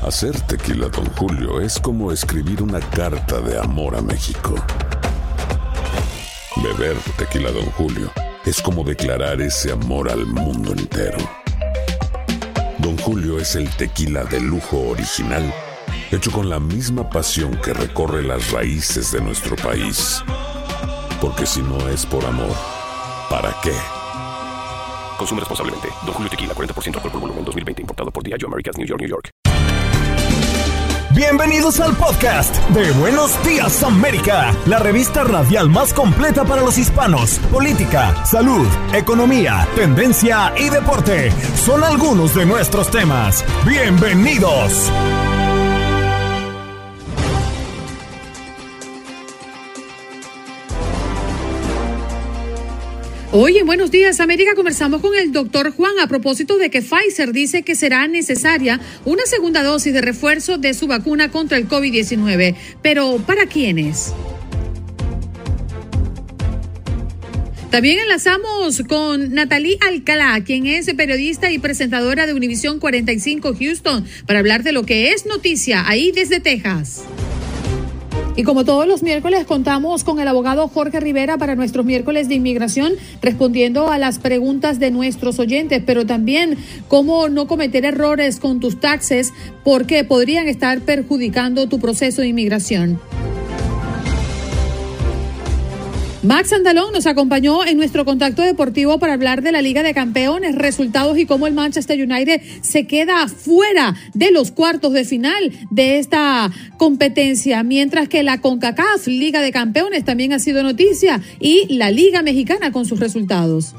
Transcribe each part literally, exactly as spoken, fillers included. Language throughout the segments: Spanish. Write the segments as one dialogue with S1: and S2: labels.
S1: Hacer tequila Don Julio es como escribir una carta de amor a México. Beber tequila Don Julio es como declarar ese amor al mundo entero. Don Julio es el tequila de lujo original, hecho con la misma pasión que recorre las raíces de nuestro país. Porque si no es por amor, ¿para qué?
S2: Consume responsablemente. Don Julio Tequila, cuarenta por ciento alcohol por volumen, dos mil veinte, importado por Diageo Americas, New York, New York.
S3: Bienvenidos al podcast de Buenos Días América, la revista radial más completa para los hispanos. Política, salud, economía, tendencia y deporte son algunos de nuestros temas. ¡Bienvenidos!
S4: Hoy en Buenos Días América conversamos con el doctor Juan a propósito de que Pfizer dice que será necesaria una segunda dosis de refuerzo de su vacuna contra el COVID diecinueve. Pero, ¿para quiénes? También enlazamos con Natalie Alcalá, quien es periodista y presentadora de Univisión cuarenta y cinco Houston, para hablar de lo que es noticia ahí desde Texas. Y como todos los miércoles, contamos con el abogado Jorge Rivera para nuestros miércoles de inmigración, respondiendo a las preguntas de nuestros oyentes, pero también cómo no cometer errores con tus taxes porque podrían estar perjudicando tu proceso de inmigración. Max Andalón nos acompañó en nuestro contacto deportivo para hablar de la Liga de Campeones, resultados y cómo el Manchester United se queda fuera de los cuartos de final de esta competencia, mientras que la CONCACAF Liga de Campeones también ha sido noticia y la Liga Mexicana con sus resultados.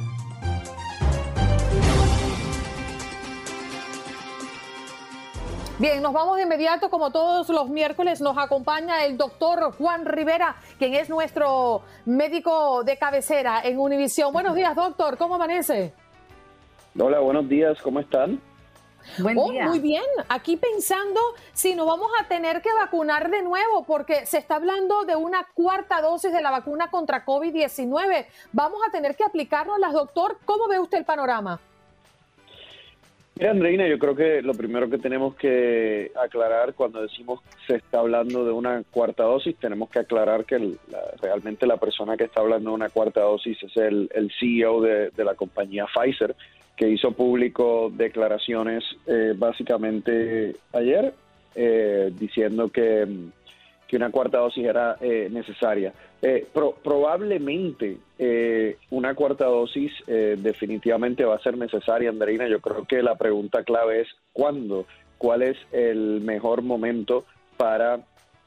S4: Bien, nos vamos de inmediato, como todos los miércoles, nos acompaña el doctor Juan Rivera, quien es nuestro médico de cabecera en Univisión. Buenos días, doctor, ¿cómo amanece?
S5: Hola, buenos días, ¿cómo están?
S4: Buen oh, día. Muy bien, aquí pensando si nos vamos a tener que vacunar de nuevo, porque se está hablando de una cuarta dosis de la vacuna contra COVID diecinueve. ¿Vamos a tener que aplicárnoslas, doctor? ¿Cómo ve usted el panorama?
S5: Mira, Andreina, yo creo que lo primero que tenemos que aclarar cuando decimos se está hablando de una cuarta dosis, tenemos que aclarar que el, la, realmente la persona que está hablando de una cuarta dosis es el, el C E O de, de la compañía Pfizer, que hizo público declaraciones eh, básicamente ayer eh, diciendo que, que una cuarta dosis era eh, necesaria. Eh, pro, probablemente eh, una cuarta dosis eh, definitivamente va a ser necesaria, Andreina. Yo creo que la pregunta clave es ¿cuándo? ¿Cuál es el mejor momento para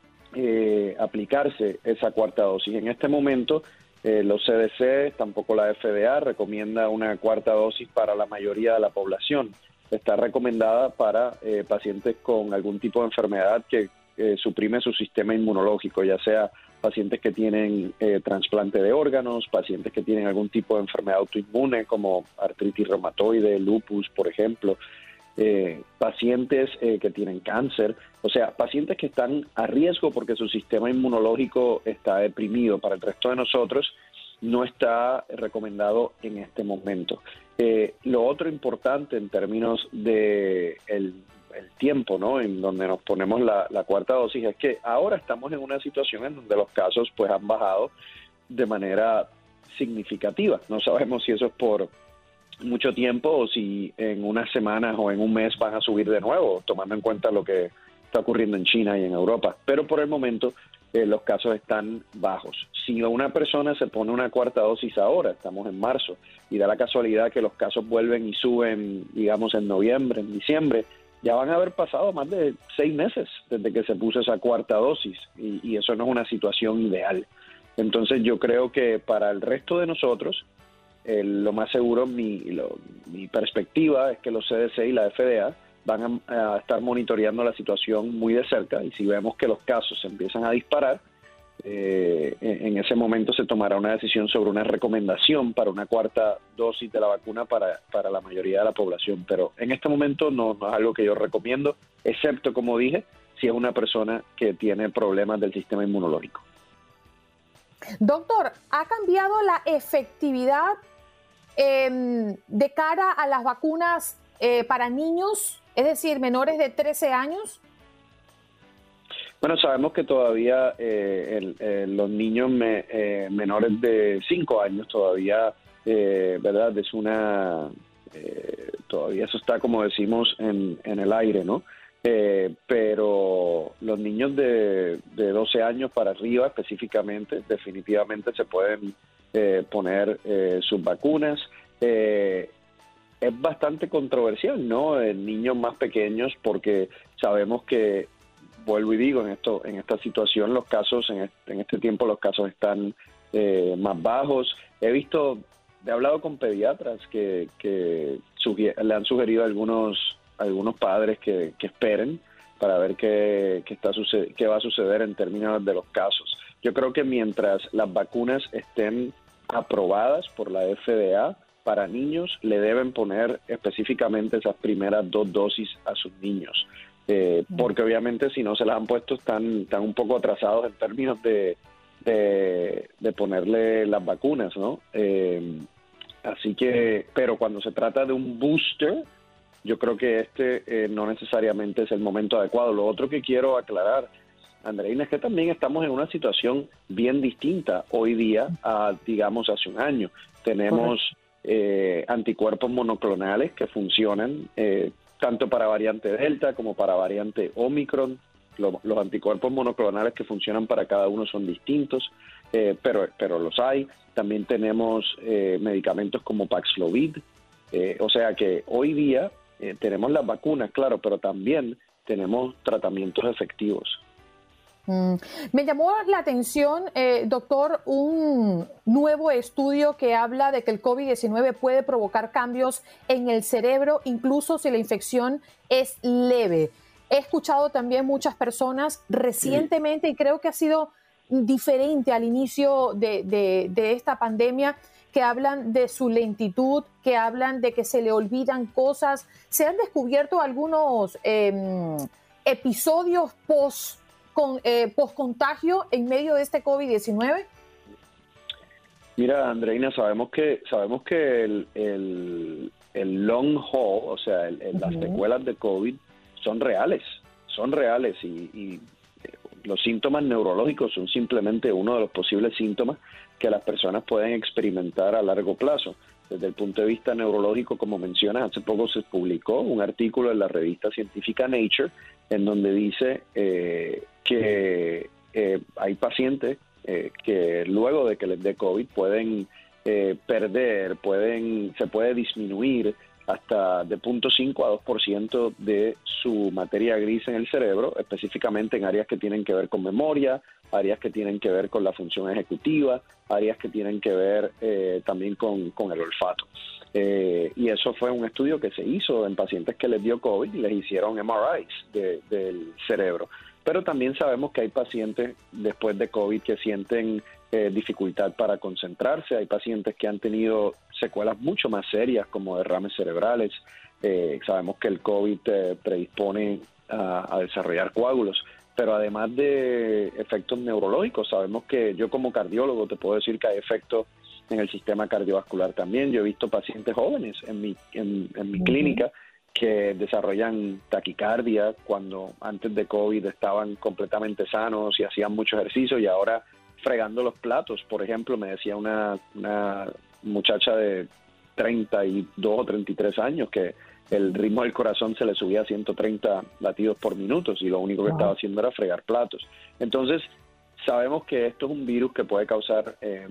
S5: eh, aplicarse esa cuarta dosis? En este momento eh, los C D C, tampoco la F D A, recomienda una cuarta dosis para la mayoría de la población. Está recomendada para eh, pacientes con algún tipo de enfermedad que eh, suprime su sistema inmunológico, ya sea pacientes que tienen eh, trasplante de órganos, pacientes que tienen algún tipo de enfermedad autoinmune como artritis reumatoide, lupus, por ejemplo, eh, pacientes eh, que tienen cáncer, o sea, pacientes que están a riesgo porque su sistema inmunológico está deprimido. Para el resto de nosotros no está recomendado en este momento. Eh, lo otro importante en términos de el el tiempo, ¿no?, en donde nos ponemos la, la cuarta dosis, es que ahora estamos en una situación en donde los casos pues han bajado de manera significativa. No sabemos si eso es por mucho tiempo o si en unas semanas o en un mes van a subir de nuevo, tomando en cuenta lo que está ocurriendo en China y en Europa. Pero por el momento eh, los casos están bajos. Si una persona se pone una cuarta dosis ahora, estamos en marzo, y da la casualidad que los casos vuelven y suben, digamos, en noviembre, en diciembre, ya van a haber pasado más de seis meses desde que se puso esa cuarta dosis y, y eso no es una situación ideal. Entonces yo creo que para el resto de nosotros, eh, lo más seguro, mi, lo, mi perspectiva es que los C D C y la F D A van a, a estar monitoreando la situación muy de cerca, y si vemos que los casos se empiezan a disparar, Eh, en ese momento se tomará una decisión sobre una recomendación para una cuarta dosis de la vacuna para, para la mayoría de la población. Pero en este momento no, no es algo que yo recomiendo, excepto, como dije, si es una persona que tiene problemas del sistema inmunológico.
S4: Doctor, ¿ha cambiado la efectividad eh, de cara a las vacunas eh, para niños, es decir, menores de trece años?
S5: Bueno, sabemos que todavía eh, el, eh, los niños me, eh, menores de cinco años todavía, eh, ¿verdad? Es una, eh, todavía eso está, como decimos, en, en el aire, ¿no? Eh, pero los niños de, de doce años para arriba específicamente, definitivamente se pueden eh, poner eh, sus vacunas. Eh, es bastante controversial, ¿no? En niños más pequeños, porque sabemos que, vuelvo y digo, en esto, en esta situación los casos, en este, en este tiempo los casos están eh, más bajos. He visto, he hablado con pediatras que, que sugier, le han sugerido a algunos, a algunos padres que, que esperen para ver qué, qué, está suced- qué va a suceder en términos de los casos. Yo creo que mientras las vacunas estén aprobadas por la F D A para niños, le deben poner específicamente esas primeras dos dosis a sus niños. Eh, porque obviamente si no se las han puesto están, están un poco atrasados en términos de, de, de ponerle las vacunas, ¿no? Eh, así que, pero cuando se trata de un booster, yo creo que este eh, no necesariamente es el momento adecuado. Lo otro que quiero aclarar, Andreina, es que también estamos en una situación bien distinta hoy día a, digamos, hace un año. Tenemos eh, anticuerpos monoclonales que funcionan eh, tanto para variante Delta como para variante Omicron. Lo, los anticuerpos monoclonales que funcionan para cada uno son distintos, eh, pero, pero los hay. También tenemos eh, medicamentos como Paxlovid. Eh, o sea que hoy día eh, tenemos las vacunas, claro, pero también tenemos tratamientos efectivos.
S6: Mm. Me llamó la atención, eh, doctor, un nuevo estudio que habla de que el COVID diecinueve puede provocar cambios en el cerebro, incluso si la infección es leve. He escuchado también muchas personas recientemente, y creo que ha sido diferente al inicio de, de, de esta pandemia, que hablan de su lentitud, que hablan de que se le olvidan cosas. ¿Se han descubierto algunos eh, episodios post con eh, post-contagio en medio de este COVID diecinueve?
S5: Mira, Andreina, sabemos que sabemos que el, el, el long haul, o sea, el, el, uh-huh. las secuelas de COVID son reales, son reales y, y los síntomas neurológicos son simplemente uno de los posibles síntomas que las personas pueden experimentar a largo plazo. Desde el punto de vista neurológico, como mencionas, hace poco se publicó un artículo en la revista científica Nature en donde dice eh, que eh, hay pacientes eh, que luego de que les dé COVID pueden eh, perder, pueden se puede disminuir hasta de cero punto cinco a dos por ciento de su materia gris en el cerebro, específicamente en áreas que tienen que ver con memoria, áreas que tienen que ver con la función ejecutiva, áreas que tienen que ver eh, también con, con el olfato. Eh, y eso fue un estudio que se hizo en pacientes que les dio COVID y les hicieron M R Is de, del cerebro. Pero también sabemos que hay pacientes después de COVID que sienten eh, dificultad para concentrarse. Hay pacientes que han tenido secuelas mucho más serias como derrames cerebrales. Eh, sabemos que el COVID eh, predispone a, a desarrollar coágulos. Pero además de efectos neurológicos, sabemos que yo como cardiólogo te puedo decir que hay efectos en el sistema cardiovascular también. Yo he visto pacientes jóvenes en mi, en, en mi uh-huh. clínica que desarrollan taquicardia cuando antes de COVID estaban completamente sanos y hacían mucho ejercicio y ahora fregando los platos. Por ejemplo, me decía una, una muchacha de treinta y dos o treinta y tres años que el ritmo del corazón se le subía a ciento treinta latidos por minuto y lo único que wow. estaba haciendo era fregar platos. Entonces, sabemos que esto es un virus que puede causar eh,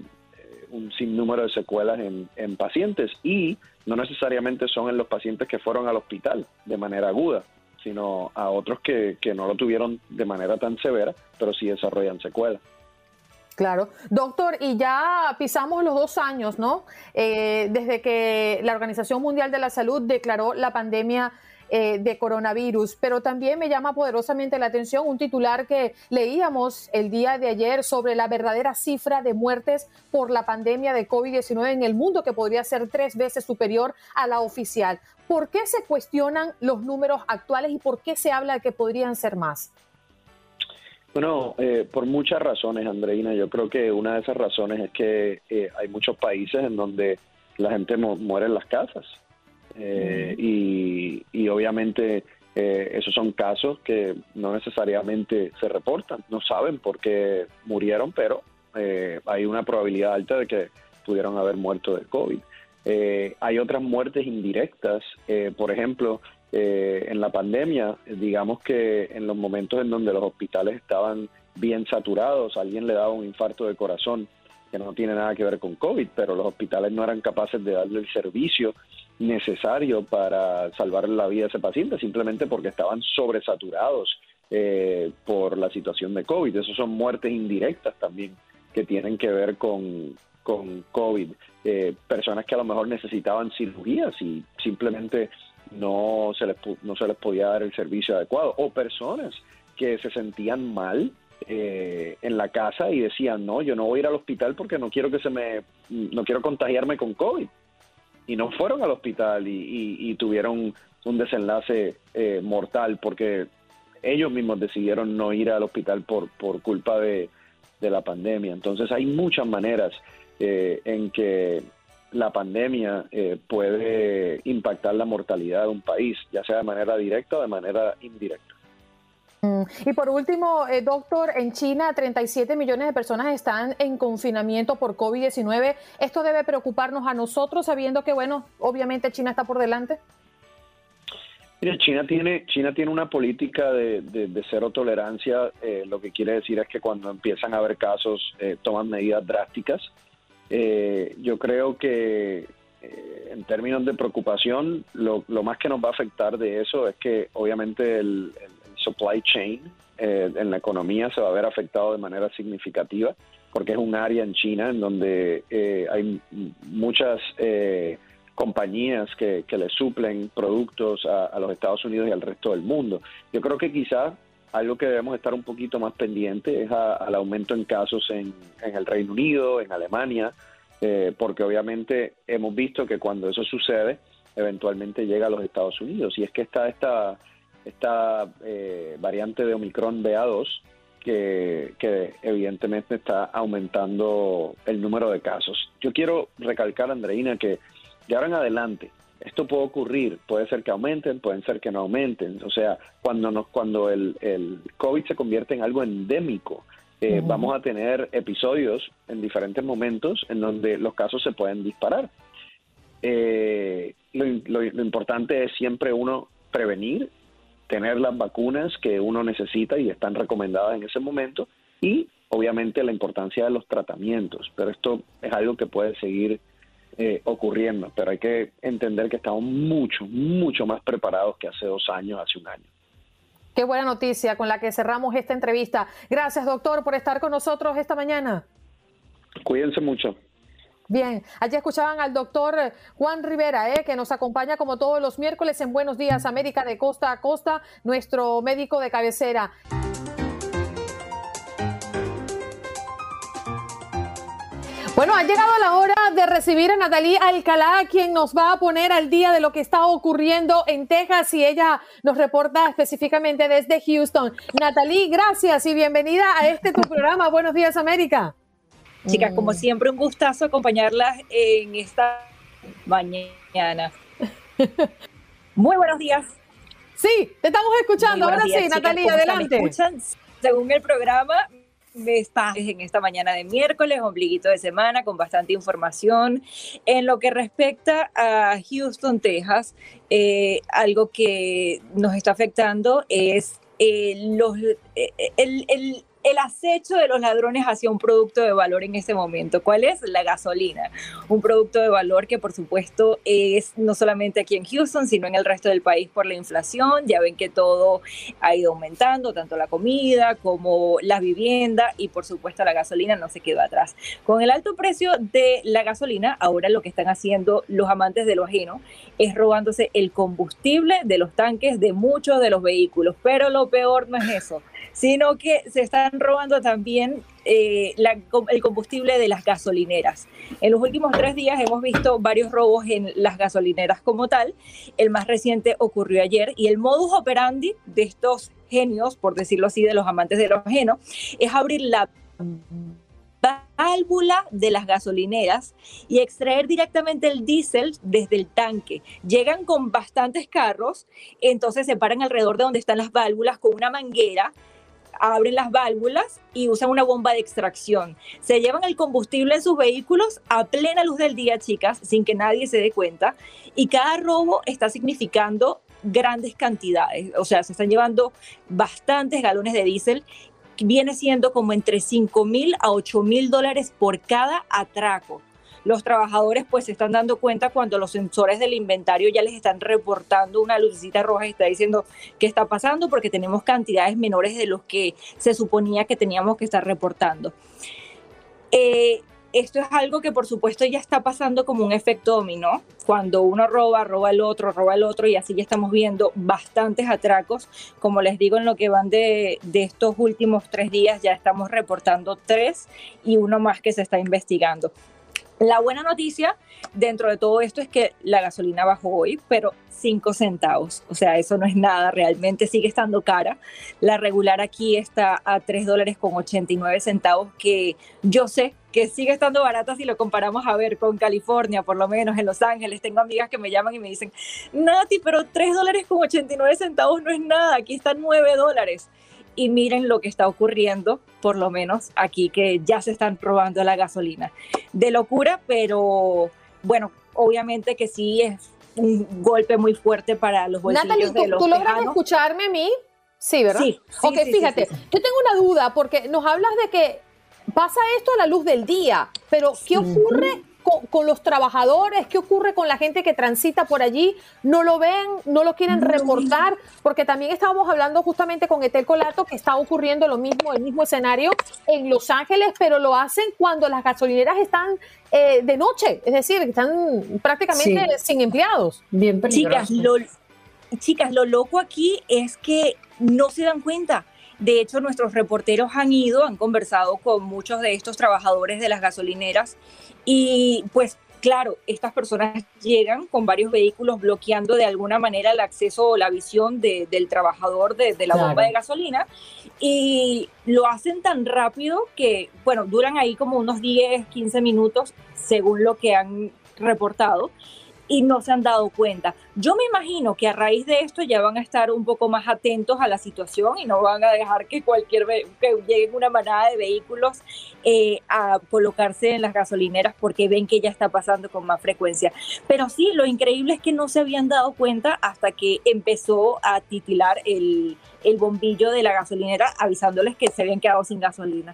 S5: un sinnúmero de secuelas en, en pacientes y no necesariamente son en los pacientes que fueron al hospital de manera aguda, sino a otros que, que no lo tuvieron de manera tan severa, pero sí desarrollan secuelas.
S6: Claro. Doctor, y ya pisamos los dos años, ¿no? Eh, desde que la Organización Mundial de la Salud declaró la pandemia eh, de coronavirus, pero también me llama poderosamente la atención un titular que leíamos el día de ayer sobre la verdadera cifra de muertes por la pandemia de COVID diecinueve en el mundo, que podría ser tres veces superior a la oficial. ¿Por qué se cuestionan los números actuales y por qué se habla de que podrían ser más?
S5: Bueno, eh, por muchas razones, Andreina. Yo creo que una de esas razones es que eh, hay muchos países en donde la gente mu- muere en las casas. Eh, mm. y, y obviamente Eh, esos son casos que no necesariamente se reportan, no saben por qué murieron, pero eh, hay una probabilidad alta de que pudieron haber muerto de COVID. Eh, hay otras muertes indirectas, eh, por ejemplo, eh, en la pandemia, digamos que en los momentos en donde los hospitales estaban bien saturados, alguien le daba un infarto de corazón que no tiene nada que ver con COVID, pero los hospitales no eran capaces de darle el servicio necesario para salvar la vida de ese paciente, simplemente porque estaban sobresaturados eh, por la situación de COVID. Esas son muertes indirectas también que tienen que ver con, con COVID. Eh, personas que a lo mejor necesitaban cirugías y simplemente no se les, no se les podía dar el servicio adecuado, o personas que se sentían mal Eh, en la casa y decían, no, yo no voy a ir al hospital porque no quiero que se me, no quiero contagiarme con COVID, y no fueron al hospital y, y, y tuvieron un desenlace eh, mortal porque ellos mismos decidieron no ir al hospital por, por culpa de, de la pandemia. Entonces hay muchas maneras eh, en que la pandemia eh, puede impactar la mortalidad de un país, ya sea de manera directa o de manera indirecta.
S6: Y por último, eh, doctor, en China treinta y siete millones de personas están en confinamiento por COVID diecinueve. ¿Esto debe preocuparnos a nosotros sabiendo que, bueno, obviamente China está por delante?
S5: Mira, China tiene, China tiene una política de, de, de cero tolerancia, eh, lo que quiere decir es que cuando empiezan a haber casos eh, toman medidas drásticas. Eh, yo creo que eh, en términos de preocupación, lo, lo más que nos va a afectar de eso es que obviamente el, el supply chain eh, en la economía se va a ver afectado de manera significativa, porque es un área en China en donde eh, hay muchas eh, compañías que, que le suplen productos a, a los Estados Unidos y al resto del mundo. Yo creo que quizás algo que debemos estar un poquito más pendiente es a, al aumento en casos en, en el Reino Unido, en Alemania, eh, porque obviamente hemos visto que cuando eso sucede, eventualmente llega a los Estados Unidos, y es que está esta esta eh, variante de Omicron B A dos que, que evidentemente está aumentando el número de casos. Yo quiero recalcar, Andreina, que de ahora en adelante esto puede ocurrir, puede ser que aumenten, pueden ser que no aumenten. O sea, cuando nos, cuando el, el COVID se convierte en algo endémico, eh, uh-huh. vamos a tener episodios en diferentes momentos en donde los casos se pueden disparar. Eh, lo, lo, lo importante es siempre uno prevenir, tener las vacunas que uno necesita y están recomendadas en ese momento, y obviamente la importancia de los tratamientos, pero esto es algo que puede seguir eh, ocurriendo, pero hay que entender que estamos mucho, mucho más preparados que hace dos años, hace un año.
S6: Qué buena noticia con la que cerramos esta entrevista. Gracias, doctor, por estar con nosotros esta mañana.
S5: Cuídense mucho.
S6: Bien, allí escuchaban al doctor Juan Rivera, eh, que nos acompaña como todos los miércoles en Buenos Días América de costa a costa, nuestro médico de cabecera. Bueno, ha llegado la hora de recibir a Natalie Alcalá, quien nos va a poner al día de lo que está ocurriendo en Texas, y ella nos reporta específicamente desde Houston. Natalie, gracias y bienvenida a este tu programa, Buenos Días América.
S7: Chicas, como siempre, un gustazo acompañarlas en esta mañana. Muy buenos días.
S6: Sí, te estamos escuchando. Ahora días, sí, chicas, Natalie, adelante.
S7: Me escuchan, según el programa, me está en esta mañana de miércoles, ombliguito de semana, con bastante información. En lo que respecta a Houston, Texas, eh, algo que nos está afectando es eh, los, eh, el... el el acecho de los ladrones hacia un producto de valor en este momento. ¿Cuál es? La gasolina. Un producto de valor que, por supuesto, es no solamente aquí en Houston, sino en el resto del país por la inflación. Ya ven que todo ha ido aumentando, tanto la comida como la vivienda, y, por supuesto, la gasolina no se quedó atrás. Con el alto precio de la gasolina, ahora lo que están haciendo los amantes de lo ajeno es robándose el combustible de los tanques de muchos de los vehículos. Pero lo peor no es eso, sino que se están robando también eh, la, el combustible de las gasolineras. En los últimos tres días hemos visto varios robos en las gasolineras como tal. El más reciente ocurrió ayer, y el modus operandi de estos genios, por decirlo así, de los amantes de lo ajeno, es abrir la válvula de las gasolineras y extraer directamente el diésel desde el tanque. Llegan con bastantes carros, entonces se paran alrededor de donde están las válvulas con una manguera, abren las válvulas y usan una bomba de extracción. Se llevan el combustible en sus vehículos a plena luz del día, chicas, sin que nadie se dé cuenta, y cada robo está significando grandes cantidades, o sea, se están llevando bastantes galones de diésel. Viene siendo como entre cinco mil a ocho mil dólares por cada atraco. Los trabajadores pues se están dando cuenta cuando los sensores del inventario ya les están reportando una lucecita roja y está diciendo qué está pasando, porque tenemos cantidades menores de los que se suponía que teníamos que estar reportando. Eh, Esto es algo que por supuesto ya está pasando como un efecto dominó. Cuando uno roba, roba el otro, roba el otro, y así ya estamos viendo bastantes atracos. Como les digo, en lo que van de, de estos últimos tres días ya estamos reportando tres y uno más que se está investigando. La buena noticia dentro de todo esto es que la gasolina bajó hoy, pero cinco centavos. O sea, eso no es nada, realmente sigue estando cara. La regular aquí está a tres dólares con ochenta y nueve centavos, que yo sé que sigue estando barata si lo comparamos, a ver, con California, por lo menos en Los Ángeles. Tengo amigas que me llaman y me dicen, Nati, pero tres dólares con ochenta y nueve centavos no es nada, aquí están nueve dólares. Y miren lo que está ocurriendo, por lo menos aquí, que ya se están robando la gasolina. De locura, pero bueno, obviamente que sí es un golpe muy fuerte para los bolsillos.
S6: Natalie,
S7: de los
S6: ¿tú, ¿tú logras
S7: tejanos.
S6: escucharme a mí? Sí, ¿verdad?
S7: Sí. sí
S6: ok,
S7: sí,
S6: fíjate,
S7: sí, sí, sí.
S6: yo tengo una duda porque nos hablas de que pasa esto a la luz del día, pero ¿qué ocurre con, con los trabajadores? ¿Qué ocurre con la gente que transita por allí? ¿No lo ven? ¿No lo quieren reportar? Porque también estábamos hablando justamente con Etel Colato que está ocurriendo lo mismo, el mismo escenario en Los Ángeles, pero lo hacen cuando las gasolineras están eh, de noche, es decir, están prácticamente sí. sin empleados.
S8: Bien peligroso.
S7: Chicas, lo, chicas, lo loco aquí es que no se dan cuenta. De hecho, nuestros reporteros han ido, han conversado con muchos de estos trabajadores de las gasolineras y pues claro, estas personas llegan con varios vehículos bloqueando de alguna manera el acceso o la visión de, del trabajador de, de la claro. bomba de gasolina, y lo hacen tan rápido que, bueno, duran ahí como unos diez, quince minutos según lo que han reportado, y no se han dado cuenta. Yo me imagino que a raíz de esto ya van a estar un poco más atentos a la situación y no van a dejar que cualquier ve- que llegue una manada de vehículos eh, a colocarse en las gasolineras porque ven que ya está pasando con más frecuencia. Pero sí, lo increíble es que no se habían dado cuenta hasta que empezó a titilar el, el bombillo de la gasolinera avisándoles que se habían quedado sin gasolina.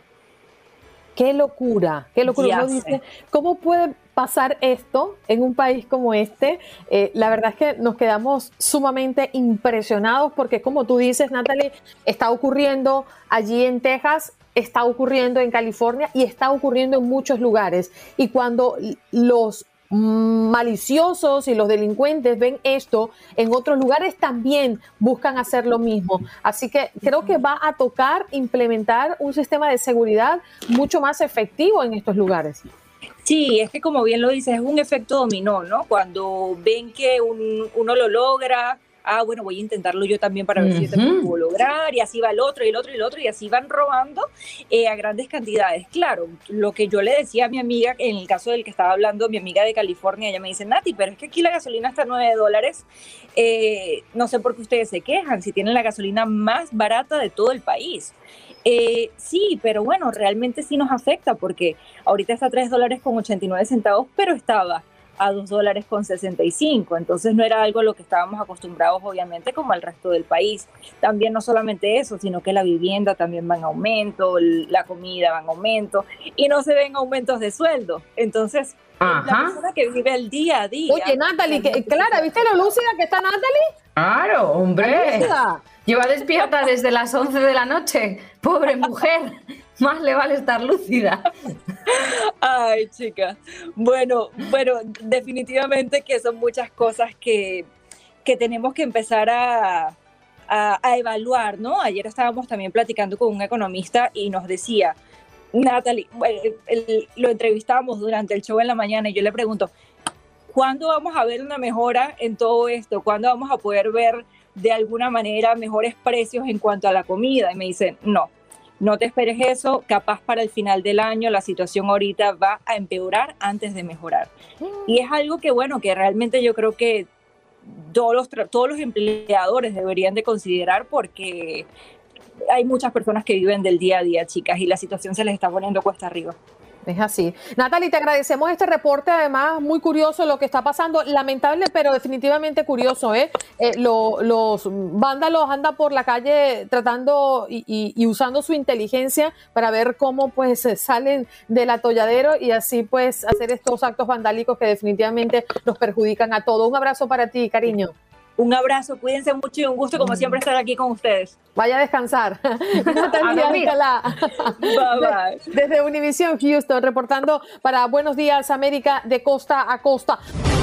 S6: ¡Qué locura! ¡Qué locura! Uno dice, ¿cómo puede pasar esto en un país como este? Eh, la verdad es que nos quedamos sumamente impresionados porque, como tú dices, Natalie, está ocurriendo allí en Texas, está ocurriendo en California y está ocurriendo en muchos lugares. Y cuando los maliciosos y los delincuentes ven esto en otros lugares, también buscan hacer lo mismo. Así que creo que va a tocar implementar un sistema de seguridad mucho más efectivo en estos lugares.
S7: Sí, es que como bien lo dices, es un efecto dominó, ¿no? Cuando ven que un, uno lo logra, ah, bueno, voy a intentarlo yo también para ver uh-huh. si yo también puedo lograr, y así va el otro, y el otro, y el otro, y así van robando eh, a grandes cantidades. Claro, lo que yo le decía a mi amiga, en el caso del que estaba hablando, mi amiga de California, ella me dice, Nati, pero es que aquí la gasolina está a nueve dólares, eh, no sé por qué ustedes se quejan, si tienen la gasolina más barata de todo el país. Eh, sí, pero bueno, realmente sí nos afecta, porque ahorita está a tres dólares con ochenta y nueve centavos, pero estaba a dos dólares con sesenta y cinco, entonces no era algo a lo que estábamos acostumbrados obviamente como al resto del país. También no solamente eso, sino que la vivienda también va en aumento, la comida va en aumento y no se ven aumentos de sueldo, entonces Ajá. la persona que vive el día a día.
S6: Oye, Natalie, que, Clara, ¿viste lo lúcida que está Natalie?
S8: Claro, hombre, lleva despierta desde las once de la noche, pobre mujer. Más le vale estar lúcida.
S7: Ay, chicas. Bueno, bueno, definitivamente que son muchas cosas que, que tenemos que empezar a, a, a evaluar, ¿no? Ayer estábamos también platicando con un economista y nos decía, Natalie, el, el, lo entrevistamos durante el show en la mañana y yo le pregunto, ¿cuándo vamos a ver una mejora en todo esto? ¿Cuándo vamos a poder ver de alguna manera mejores precios en cuanto a la comida? Y me dice, no. no te esperes eso, capaz para el final del año la situación ahorita va a empeorar antes de mejorar. Y es algo que, bueno, que realmente yo creo que todos los, todos los empleadores deberían de considerar, porque hay muchas personas que viven del día a día, chicas, y la situación se les está poniendo cuesta arriba.
S6: Es así. Natalie, te agradecemos este reporte, además muy curioso lo que está pasando, lamentable pero definitivamente curioso, ¿eh? eh lo, los vándalos andan por la calle tratando y, y, y usando su inteligencia para ver cómo pues salen del atolladero y así pues hacer estos actos vandálicos que definitivamente nos perjudican a todos. Un abrazo para ti, cariño.
S7: Un abrazo, cuídense mucho y un gusto como siempre estar aquí con ustedes.
S6: Vaya a descansar. Natalia Alcalá, bye, bye. De, desde Univision Houston, reportando para Buenos Días América de costa a costa.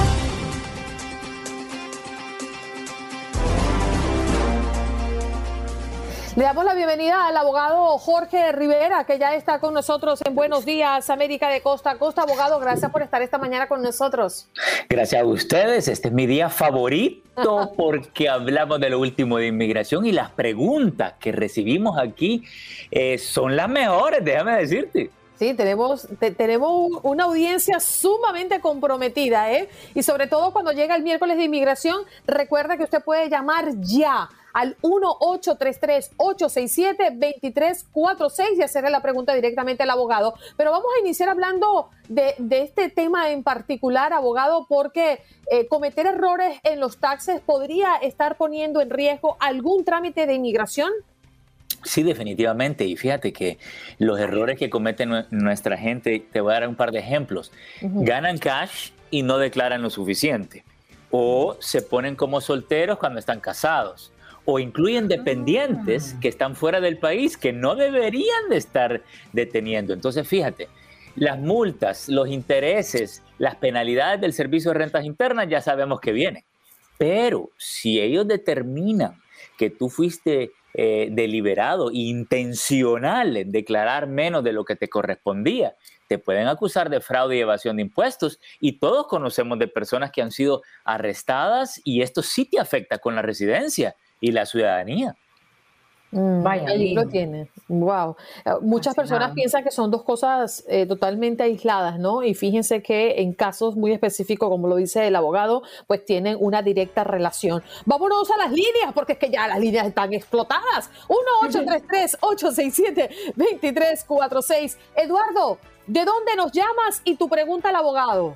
S6: Le damos la bienvenida al abogado Jorge Rivera, que ya está con nosotros en Buenos Días América de costa a costa. Abogado, gracias por estar esta mañana con nosotros.
S9: Gracias a ustedes. Este es mi día favorito porque hablamos de lo último de inmigración y las preguntas que recibimos aquí eh, son las mejores, déjame decirte.
S6: Sí, tenemos, te, tenemos una audiencia sumamente comprometida, ¿eh? Y sobre todo cuando llega el miércoles de inmigración, recuerda que usted puede llamar ya al uno ocho tres tres, ocho seis siete, dos tres cuatro seis y hacerle la pregunta directamente al abogado. Pero vamos a iniciar hablando de, de este tema en particular, abogado, porque eh, cometer errores en los taxes podría estar poniendo en riesgo algún trámite de inmigración.
S9: Sí, definitivamente. Y fíjate que los errores que comete nuestra gente, te voy a dar un par de ejemplos. Uh-huh. Ganan cash y no declaran lo suficiente. O se ponen como solteros cuando están casados. O incluyen dependientes que están fuera del país que no deberían de estar deteniendo. Entonces, fíjate, las multas, los intereses, las penalidades del Servicio de Rentas Internas ya sabemos que vienen. Pero si ellos determinan que tú fuiste eh, deliberado e intencional en declarar menos de lo que te correspondía, te pueden acusar de fraude y evasión de impuestos. Y todos conocemos de personas que han sido arrestadas y esto sí te afecta con la residencia y la ciudadanía.
S6: Mm, Vaya, ahí lo tiene. Wow. Uh, muchas Así personas nada. piensan que son dos cosas eh, totalmente aisladas, ¿no? Y fíjense que en casos muy específicos, como lo dice el abogado, pues tienen una directa relación. Vámonos a las líneas, porque es que ya las líneas están explotadas. uno ocho tres tres, ocho seis siete, dos tres cuatro seis. Eduardo, ¿de dónde nos llamas y tu pregunta al abogado?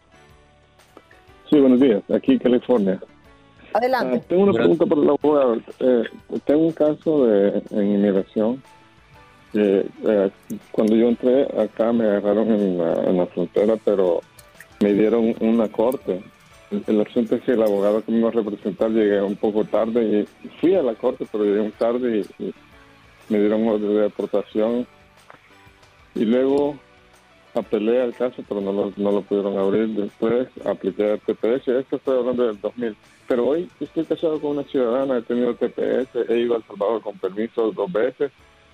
S10: Sí, buenos días. Aquí en California.
S6: Adelante.
S10: Uh, tengo una pregunta para el abogado. Eh, tengo un caso de, en inmigración. Que, eh, cuando yo entré acá me agarraron en la, en la frontera, pero me dieron una corte. El, el asunto es que el abogado que me iba a representar llegué un poco tarde y fui a la corte, pero llegué tarde y, y me dieron orden de deportación. Y luego apelé al caso, pero no lo, no lo pudieron abrir. Después apliqué al T P S. Esto estoy hablando del dos mil. Pero hoy estoy casado con una ciudadana, he tenido T P S, he ido a El Salvador con permiso dos veces.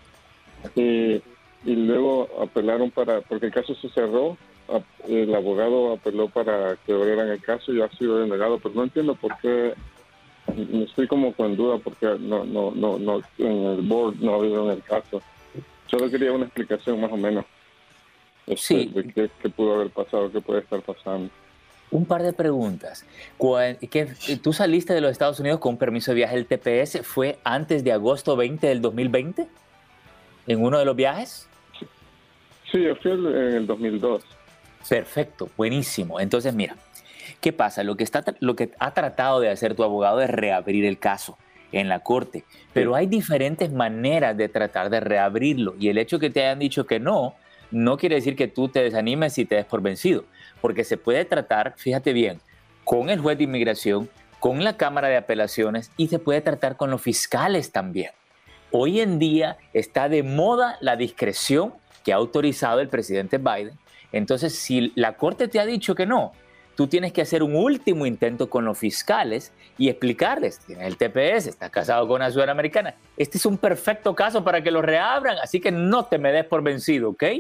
S10: Y, y luego apelaron para, porque el caso se cerró, el abogado apeló para que abrieran el caso y ha sido denegado, pero no entiendo por qué, estoy como con duda porque no, no, no, no, en el board no abrieron el caso. Solo quería una explicación más o menos
S9: sí.
S10: de qué, qué pudo haber pasado, qué puede estar pasando.
S9: Un par de preguntas. ¿Qué, ¿Tú saliste de los Estados Unidos con un permiso de viaje? ¿El T P S fue antes de agosto veinte del dos mil veinte? ¿En uno de los viajes?
S10: Sí, yo fui en el dos mil dos.
S9: Perfecto, buenísimo. Entonces, mira, ¿qué pasa? Lo que, está, lo que ha tratado de hacer tu abogado es reabrir el caso en la corte, pero hay diferentes maneras de tratar de reabrirlo y el hecho que te hayan dicho que no, no quiere decir que tú te desanimes y te des por vencido, porque se puede tratar, fíjate bien, con el juez de inmigración, con la Cámara de Apelaciones y se puede tratar con los fiscales también. Hoy en día está de moda la discreción que ha autorizado el presidente Biden. Entonces, si la corte te ha dicho que no, tú tienes que hacer un último intento con los fiscales y explicarles, tienes el T P S, estás casado con una ciudadana americana, este es un perfecto caso para que lo reabran, así que no te me des por vencido, ¿ok?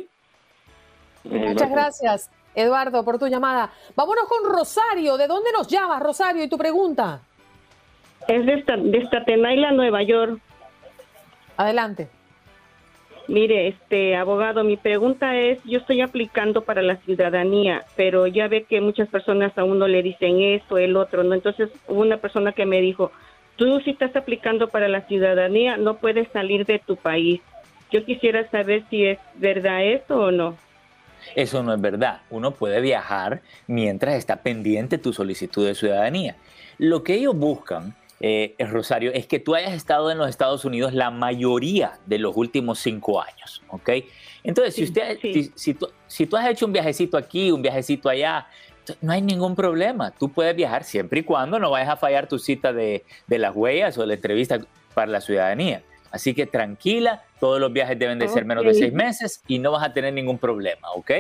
S6: Muchas gracias, Eduardo, por tu llamada. Vámonos con Rosario. ¿De dónde nos llamas, Rosario? ¿Y tu pregunta?
S11: Es de, esta, de Staten Island, Nueva York.
S6: Adelante.
S11: Mire, este abogado, mi pregunta es, yo estoy aplicando para la ciudadanía, pero ya ve que muchas personas a uno le dicen esto, el otro, ¿no? Entonces hubo una persona que me dijo, tú si estás aplicando para la ciudadanía, no puedes salir de tu país. Yo quisiera saber si es verdad eso o no.
S9: Eso no es verdad. Uno puede viajar mientras está pendiente tu solicitud de ciudadanía. Lo que ellos buscan, eh, Rosario, es que tú hayas estado en los Estados Unidos la mayoría de los últimos cinco años, ¿ok? Entonces, sí, si, usted, sí. si, si, tú, si tú has hecho un viajecito aquí, un viajecito allá, no hay ningún problema. Tú puedes viajar siempre y cuando no vayas a fallar tu cita de, de las huellas o la entrevista para la ciudadanía. Así que tranquila, todos los viajes deben de ser okay. menos de seis meses y no vas a tener ningún problema, ¿ok?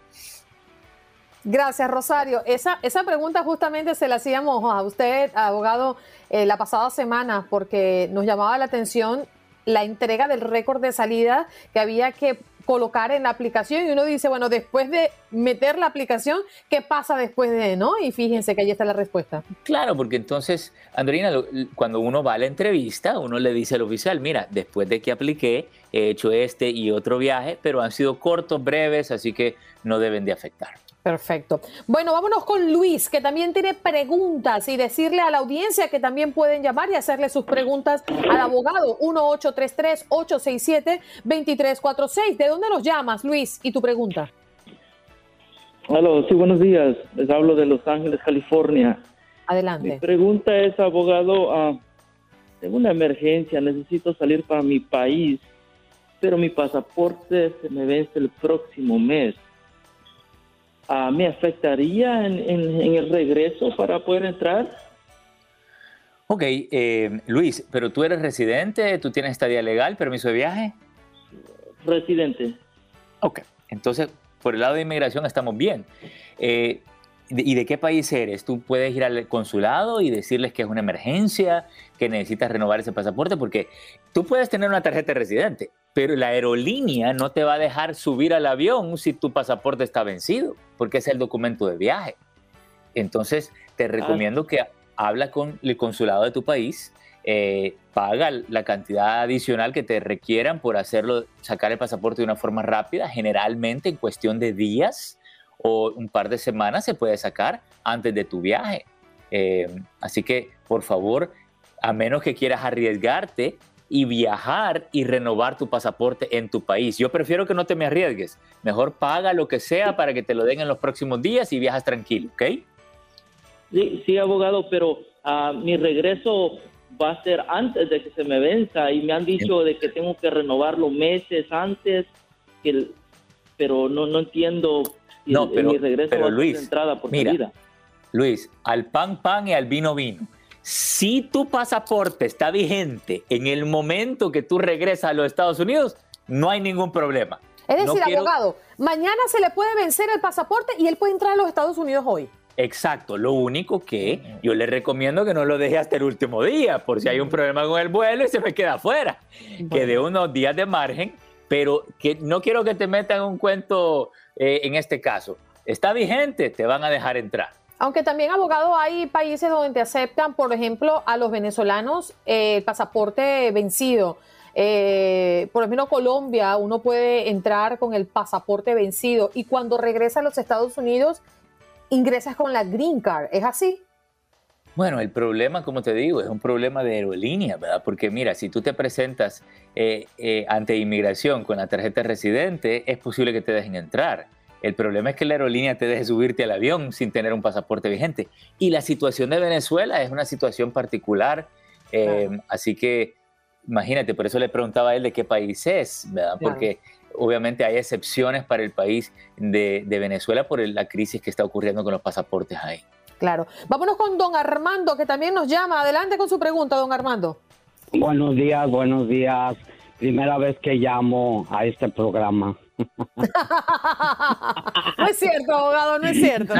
S6: Gracias, Rosario. Esa, esa pregunta justamente se la hacíamos a usted, abogado, eh, la pasada semana, porque nos llamaba la atención la entrega del récord de salida que había que colocar en la aplicación y uno dice, bueno, después de meter la aplicación, ¿qué pasa después de, no? Y fíjense que ahí está la respuesta.
S9: Claro, porque entonces, Andreina, cuando uno va a la entrevista, uno le dice al oficial, mira, después de que apliqué, he hecho este y otro viaje, pero han sido cortos, breves, así que no deben de afectar.
S6: Perfecto. Bueno, vámonos con Luis, que también tiene preguntas, y decirle a la audiencia que también pueden llamar y hacerle sus preguntas al abogado. uno ocho tres tres, ocho seis siete, dos tres cuatro seis. ¿De dónde nos llamas, Luis? Y tu pregunta.
S12: Aló, sí, buenos días. Les hablo de Los Ángeles, California.
S6: Adelante.
S12: Mi pregunta es, abogado, uh, tengo una emergencia, necesito salir para mi país, pero mi pasaporte se me vence el próximo mes. Uh, ¿Me afectaría en, en, en el regreso para poder entrar?
S9: Ok, eh, Luis, ¿pero tú eres residente? ¿Tú tienes estadía legal, permiso de viaje?
S12: Residente.
S9: Ok, entonces por el lado de inmigración estamos bien. Eh, ¿Y de qué país eres? Tú puedes ir al consulado y decirles que es una emergencia, que necesitas renovar ese pasaporte, porque tú puedes tener una tarjeta de residente, pero la aerolínea no te va a dejar subir al avión si tu pasaporte está vencido, porque es el documento de viaje. Entonces, te recomiendo ah. que habla con el consulado de tu país, eh, paga la cantidad adicional que te requieran por hacerlo, sacar el pasaporte de una forma rápida, generalmente en cuestión de días o un par de semanas se puede sacar antes de tu viaje. Eh, así que, por favor, a menos que quieras arriesgarte y viajar y renovar tu pasaporte en tu país. Yo prefiero que no te me arriesgues. Mejor paga lo que sea para que te lo den en los próximos días y viajas tranquilo, ¿ok?
S12: Sí, sí, abogado, pero uh, mi regreso va a ser antes de que se me venza y me han dicho de que tengo que renovarlo meses antes, que el, pero no, no entiendo si
S9: no,
S12: el,
S9: pero,
S12: mi regreso
S9: pero
S12: va
S9: Luis,
S12: a ser entrada por
S9: mira,
S12: salida.
S9: Luis, al pan pan y al vino vino. Si tu pasaporte está vigente en el momento que tú regresas a los Estados Unidos, no hay ningún problema.
S6: Es decir,
S9: no quiero...
S6: abogado, mañana se le puede vencer el pasaporte y él puede entrar a los Estados Unidos hoy.
S9: Exacto, lo único que yo le recomiendo que no lo deje hasta el último día, por si hay un problema con el vuelo y se me queda afuera. Bueno. Que dé unos días de margen, pero que no quiero que te metan un cuento eh, en este caso. Está vigente, te van a dejar entrar.
S6: Aunque también, abogado, hay países donde te aceptan, por ejemplo, a los venezolanos eh, el pasaporte vencido. Eh, por ejemplo, Colombia, uno puede entrar con el pasaporte vencido y cuando regresa a los Estados Unidos ingresas con la Green Card. ¿Es así?
S9: Bueno, el problema, como te digo, es un problema de aerolínea, ¿verdad? Porque mira, si tú te presentas eh, eh, ante inmigración con la tarjeta de residente, es posible que te dejen entrar. El problema es que la aerolínea te deje subirte al avión sin tener un pasaporte vigente. Y la situación de Venezuela es una situación particular. Eh, claro. Así que, imagínate, por eso le preguntaba a él de qué país es, ¿verdad? Claro. Porque obviamente hay excepciones para el país de, de Venezuela por la crisis que está ocurriendo con los pasaportes ahí.
S6: Claro. Vámonos con don Armando, que también nos llama. Adelante con su pregunta, don Armando.
S13: Buenos días, buenos días. Primera vez que llamo a este programa.
S6: No es cierto, abogado, no es cierto.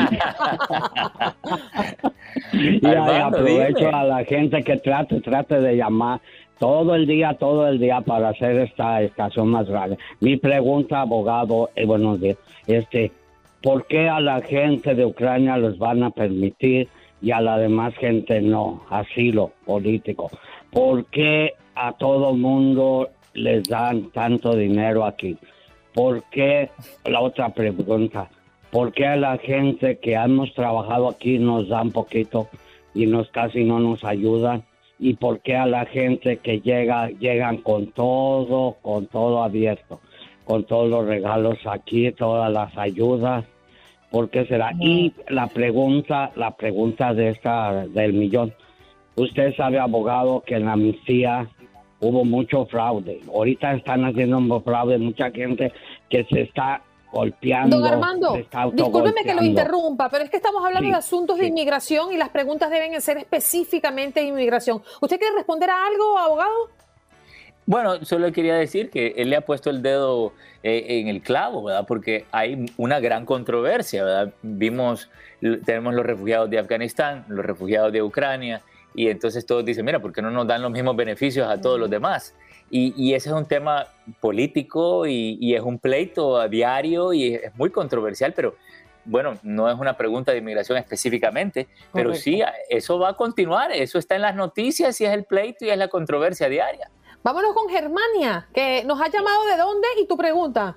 S13: Y Armando, aprovecho dime. A la gente que trate, trate de llamar todo el día, todo el día para hacer esta estación más grande. Mi pregunta, abogado, eh, buenos días, este, ¿por qué a la gente de Ucrania les van a permitir y a la demás gente no? Asilo político. ¿Por qué a todo mundo les dan tanto dinero aquí? ¿Por qué? La otra pregunta, ¿por qué a la gente que hemos trabajado aquí nos dan poquito y nos casi no nos ayudan? ¿Y por qué a la gente que llega, llegan con todo, con todo abierto, con todos los regalos aquí, todas las ayudas? ¿Por qué será? Y la pregunta, la pregunta de esta, del millón. Usted sabe, abogado, que en la amnistía hubo mucho fraude. Ahorita están haciendo un fraude, mucha gente que se está golpeando.
S6: Don Armando, discúlpeme que lo interrumpa, pero es que estamos hablando
S13: Sí,
S6: de asuntos de
S13: sí.
S6: inmigración y las preguntas deben ser específicamente de inmigración. ¿Usted quiere responder a algo, abogado?
S9: Bueno, solo quería decir que él le ha puesto el dedo eh, en el clavo, ¿verdad? Porque hay una gran controversia, ¿verdad? Vimos, tenemos los refugiados de Afganistán, los refugiados de Ucrania, y entonces todos dicen, mira, ¿por qué no nos dan los mismos beneficios a todos los demás? Y, y ese es un tema político y, y es un pleito a diario y es muy controversial, pero bueno, no es una pregunta de inmigración específicamente, pero
S6: Correcto.
S9: sí, eso va a continuar, eso está en las noticias y es el pleito y es la controversia diaria.
S6: Vámonos con Germania, que nos ha llamado de dónde y tu pregunta.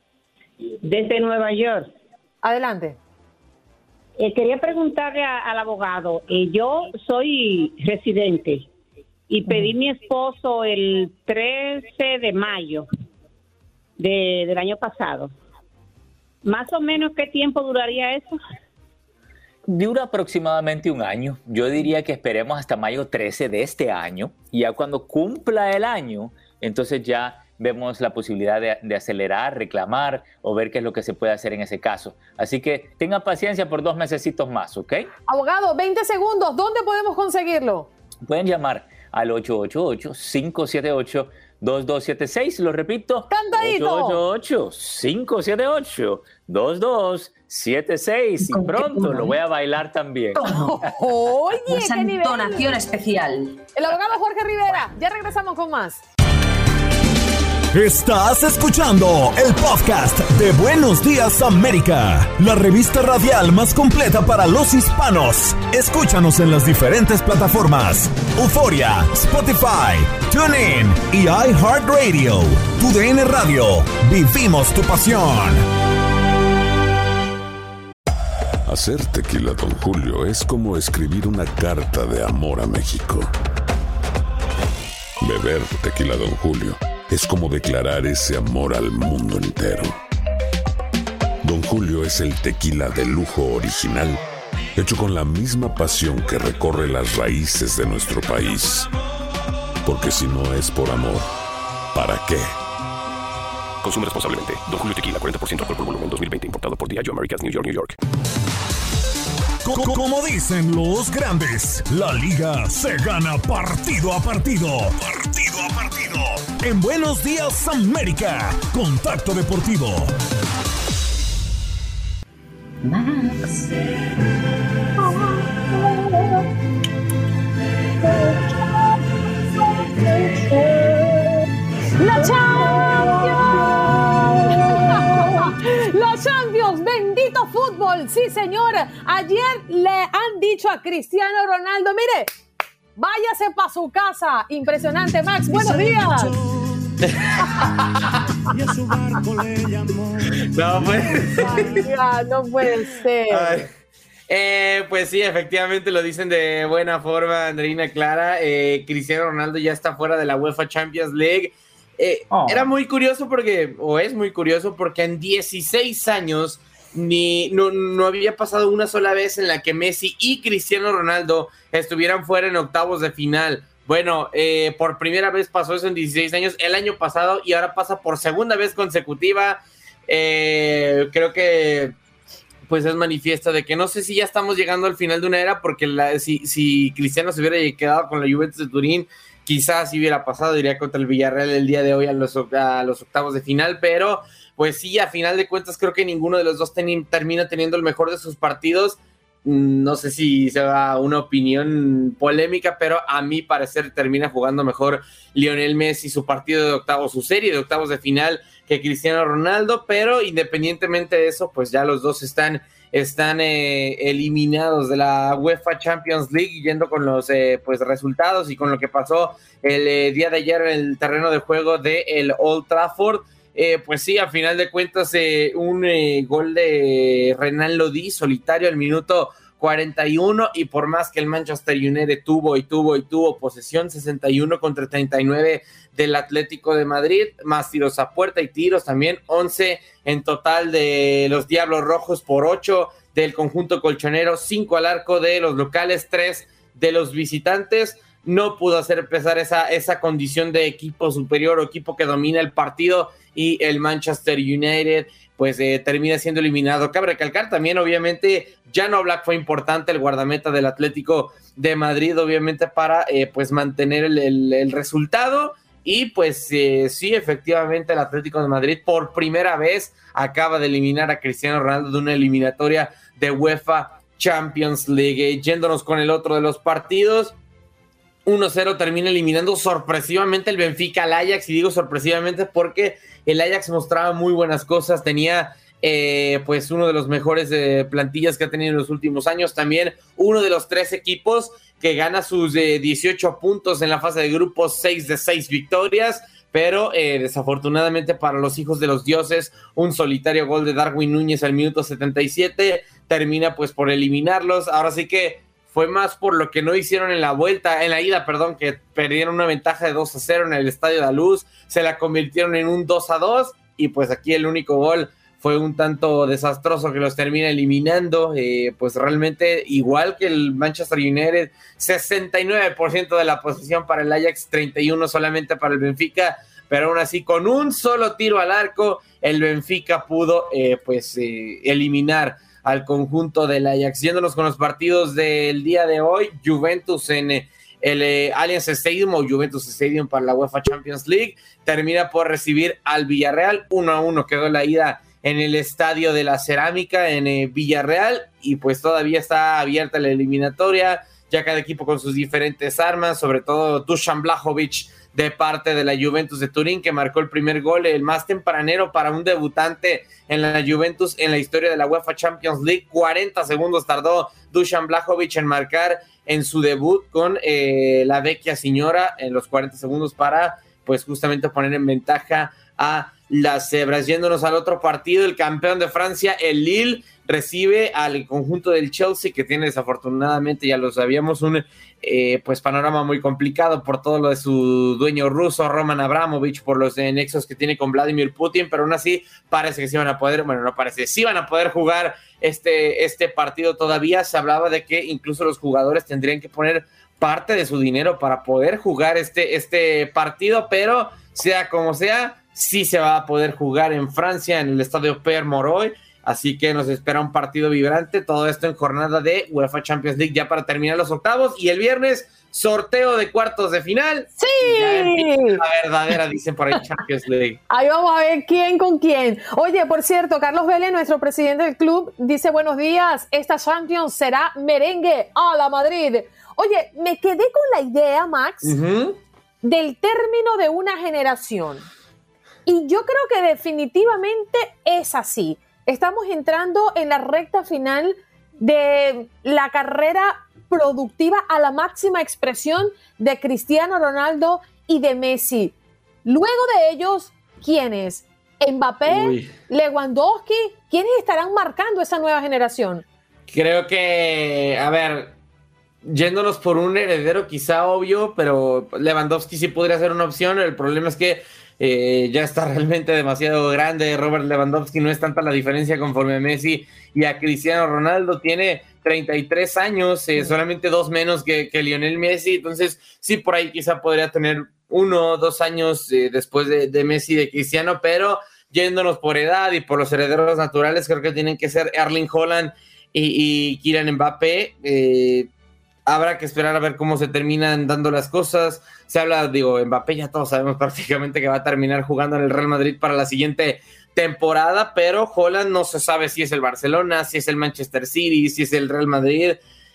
S14: Desde Nueva York.
S6: Adelante.
S14: Eh, quería preguntarle a- al abogado, eh, yo soy residente y pedí mi esposo el trece de mayo de, del año pasado. ¿Más o menos qué tiempo duraría eso?
S9: Dura aproximadamente un año. Yo diría que esperemos hasta mayo trece de este año y ya cuando cumpla el año, entonces ya vemos la posibilidad de, de acelerar, reclamar o ver qué es lo que se puede hacer en ese caso. Así que tenga paciencia por dos mesecitos más, ¿ok?
S6: Abogado, veinte segundos, ¿dónde podemos conseguirlo?
S9: Pueden llamar al ocho ocho ocho, cinco siete ocho, dos dos siete seis. Lo repito,
S6: ¡Cantadito!
S9: ocho ocho ocho, cinco siete ocho, dos dos siete seis. Y pronto lo voy a bailar también.
S6: Oye,
S15: Esa
S6: qué nivel.
S15: entonación especial.
S6: El abogado Jorge Rivera, ya regresamos con más.
S3: Estás escuchando el podcast de Buenos Días América, la revista radial más completa para los hispanos. Escúchanos en las diferentes plataformas: Euforia, Spotify, TuneIn y iHeartRadio. Tu D N Radio. Vivimos tu pasión.
S1: Hacer tequila, Don Julio, es como escribir una carta de amor a México. Beber tequila, Don Julio, es como declarar ese amor al mundo entero. Don Julio es el tequila de lujo original, hecho con la misma pasión que recorre las raíces de nuestro país. Porque si no es por amor, ¿para qué?
S2: Consume responsablemente. Don Julio Tequila, cuarenta por ciento alcohol por volumen, dos mil veinte. Importado por Diageo Americas, New York, New York.
S3: Co- Como dicen los grandes, la liga se gana partido a partido. Partido a partido. En Buenos Días América, Contacto Deportivo.
S15: Max.
S6: ¡La Champions! ¡La Champions! ¡Bendito fútbol! Sí, señor. Ayer le han dicho a Cristiano Ronaldo, mire, váyase para su casa. Impresionante, Max. Buenos días.
S16: No, pues.
S6: Ya, no puede ser.
S16: Ay. Eh, pues sí, efectivamente lo dicen de buena forma, Andreina Clara. Eh, Cristiano Ronaldo ya está fuera de la UEFA Champions League. Eh,
S17: Oh.
S16: Era muy curioso porque, o es muy curioso porque en dieciséis años ni, no, no había pasado una sola vez en la que Messi y Cristiano Ronaldo estuvieran fuera en octavos de final. Bueno, eh, por primera vez pasó eso en dieciséis años, el año pasado, y ahora pasa por segunda vez consecutiva. Eh, creo que pues es manifiesta de que no sé si ya estamos llegando al final de una era, porque la, si, si Cristiano se hubiera quedado con la Juventus de Turín, quizás si hubiera pasado, iría contra el Villarreal el día de hoy a los, a los octavos de final, pero pues sí, a final de cuentas creo que ninguno de los dos ten, termina teniendo el mejor de sus partidos. No sé si sea una opinión polémica, pero a mi parecer termina jugando mejor Lionel Messi su partido de octavos, su serie de octavos de final, que Cristiano Ronaldo, pero independientemente de eso, pues ya los dos están están eh, eliminados de la UEFA Champions League, yendo con los eh, pues resultados y con lo que pasó el eh, día de ayer en el terreno de juego de el Old Trafford. Eh, pues sí, a final de cuentas, eh, un eh, gol de Renan Lodi solitario al minuto cuarenta y uno, y por más que el Manchester United tuvo y tuvo y tuvo posesión, sesenta y uno contra treinta y nueve del Atlético de Madrid, más tiros a puerta y tiros también, once en total de los Diablos Rojos por ocho del conjunto colchonero, cinco al arco de los locales, tres de los visitantes. No pudo hacer pesar esa, esa condición de equipo superior o equipo que domina el partido, y el Manchester United pues eh, termina siendo eliminado. Cabe recalcar también, obviamente, Jan Oblak fue importante, el guardameta del Atlético de Madrid, obviamente, para eh, pues mantener el, el, el resultado. Y pues eh, sí, efectivamente, el Atlético de Madrid por primera vez acaba de eliminar a Cristiano Ronaldo de una eliminatoria de UEFA Champions League. Yéndonos con el otro de los partidos, uno cero termina eliminando sorpresivamente el Benfica al Ajax, y digo sorpresivamente porque el Ajax mostraba muy buenas cosas, tenía eh, pues uno de los mejores eh, plantillas que ha tenido en los últimos años, también uno de los tres equipos que gana sus eh, dieciocho puntos en la fase de grupos, seis de seis victorias, pero eh, desafortunadamente para los hijos de los dioses, un solitario gol de Darwin Núñez al minuto setenta y siete termina pues por eliminarlos. Ahora sí que fue más por lo que no hicieron en la vuelta, en la ida, perdón, que perdieron una ventaja de dos a cero en el Estadio da Luz, se la convirtieron en un dos a dos, y pues aquí el único gol fue un tanto desastroso que los termina eliminando. Eh, pues realmente igual que el Manchester United, sesenta y nueve por ciento de la posesión para el Ajax, treinta y uno solamente para el Benfica, pero aún así con un solo tiro al arco, el Benfica pudo eh, pues eh, eliminar al conjunto del Ajax. Yéndonos con los partidos del día de hoy, Juventus en eh, el eh, Allianz Stadium o Juventus Stadium para la UEFA Champions League, termina por recibir al Villarreal, uno a uno quedó la ida en el Estadio de la Cerámica en eh, Villarreal, y pues todavía está abierta la eliminatoria, ya cada equipo con sus diferentes armas, sobre todo Dusan Vlahovic de parte de la Juventus de Turín, que marcó el primer gol, el más tempranero para un debutante en la Juventus en la historia de la UEFA Champions League. cuarenta segundos tardó Dusan Vlahovic en marcar en su debut con eh, la Vecchia Signora, en los cuarenta segundos para pues justamente poner en ventaja a las cebras. Yéndonos al otro partido, el campeón de Francia, el Lille, recibe al conjunto del Chelsea, que tiene desafortunadamente, ya lo sabíamos, un eh, pues panorama muy complicado por todo lo de su dueño ruso, Roman Abramovich, por los eh, nexos que tiene con Vladimir Putin, pero aún así parece que sí van a poder, bueno, no parece, sí van a poder jugar este, este partido todavía. Se hablaba de que incluso los jugadores tendrían que poner parte de su dinero para poder jugar este, este partido, pero sea como sea, sí se va a poder jugar en Francia, en el estadio Pierre Mauroy. Así que nos espera un partido vibrante, todo esto en jornada de UEFA Champions League ya para terminar los octavos, y el viernes sorteo de cuartos de final.
S6: ¡Sí!
S16: Ya empieza la verdadera, dicen por ahí, Champions League.
S6: Ahí vamos a ver quién con quién. Oye, por cierto, Carlos Vélez, nuestro presidente del club, dice buenos días, esta Champions será merengue a la Madrid. Oye, me quedé con la idea, Max, uh-huh. del término de una generación. Y yo creo que definitivamente es así. Estamos entrando en la recta final de la carrera productiva a la máxima expresión de Cristiano Ronaldo y de Messi. Luego de ellos, ¿quiénes? Mbappé, Uy. Lewandowski, ¿quiénes estarán marcando esa nueva generación?
S16: Creo que, a ver, yéndonos por un heredero quizá obvio, pero Lewandowski sí podría ser una opción. El problema es que Eh, ya está realmente demasiado grande. Robert Lewandowski, no es tanta la diferencia conforme a Messi y a Cristiano Ronaldo. Tiene treinta y tres años, eh, solamente dos menos que, que Lionel Messi. Entonces sí, por ahí quizá podría tener uno o dos años eh, después de, de Messi y de Cristiano, pero yéndonos por edad y por los herederos naturales, creo que tienen que ser Erling Haaland y, y Kylian Mbappé. eh, Habrá que esperar a ver cómo se terminan dando las cosas. Se habla, digo, Mbappé ya todos sabemos prácticamente que va a terminar jugando en el Real Madrid para la siguiente temporada, pero Haaland no se sabe si es el Barcelona, si es el Manchester City, si es el Real Madrid.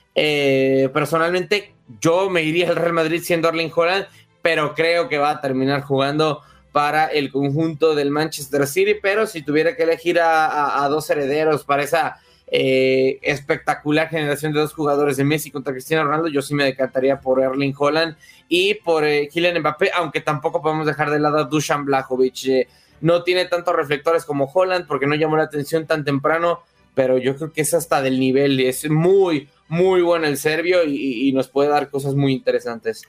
S16: Eh, personalmente, yo me iría al Real Madrid siendo Erling Haaland, pero creo que va a terminar jugando para el conjunto del Manchester City. Pero si tuviera que elegir a, a, a dos herederos para esa eh, espectacular generación de dos jugadores de Messi contra Cristiano Ronaldo, yo sí me decantaría por Erling Haaland y por eh, Kylian Mbappé, aunque tampoco podemos dejar de lado a Dusan Vlahovic. Eh, no tiene tantos reflectores como Haaland porque no llamó la atención tan temprano, pero yo creo que es hasta del nivel, es muy, muy bueno el serbio y, y nos puede dar cosas muy interesantes.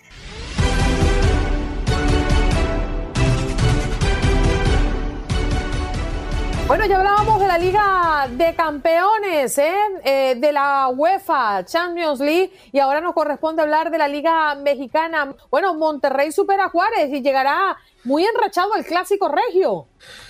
S6: Bueno, ya hablábamos de la Liga de Campeones, ¿eh? Eh, de la UEFA Champions League, y ahora nos corresponde hablar de la Liga Mexicana. Bueno, Monterrey supera a Juárez y llegará muy enrachado al Clásico Regio.